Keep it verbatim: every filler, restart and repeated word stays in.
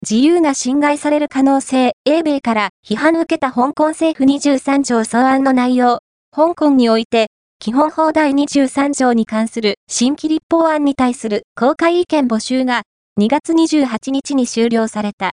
自由が侵害される可能性、英米から批判を受けた香港政府にじゅうさん条草案の内容、香港において、基本法第にじゅうさん条に関する新規立法案に対する公開意見募集がにがつにじゅうはちにちに終了された。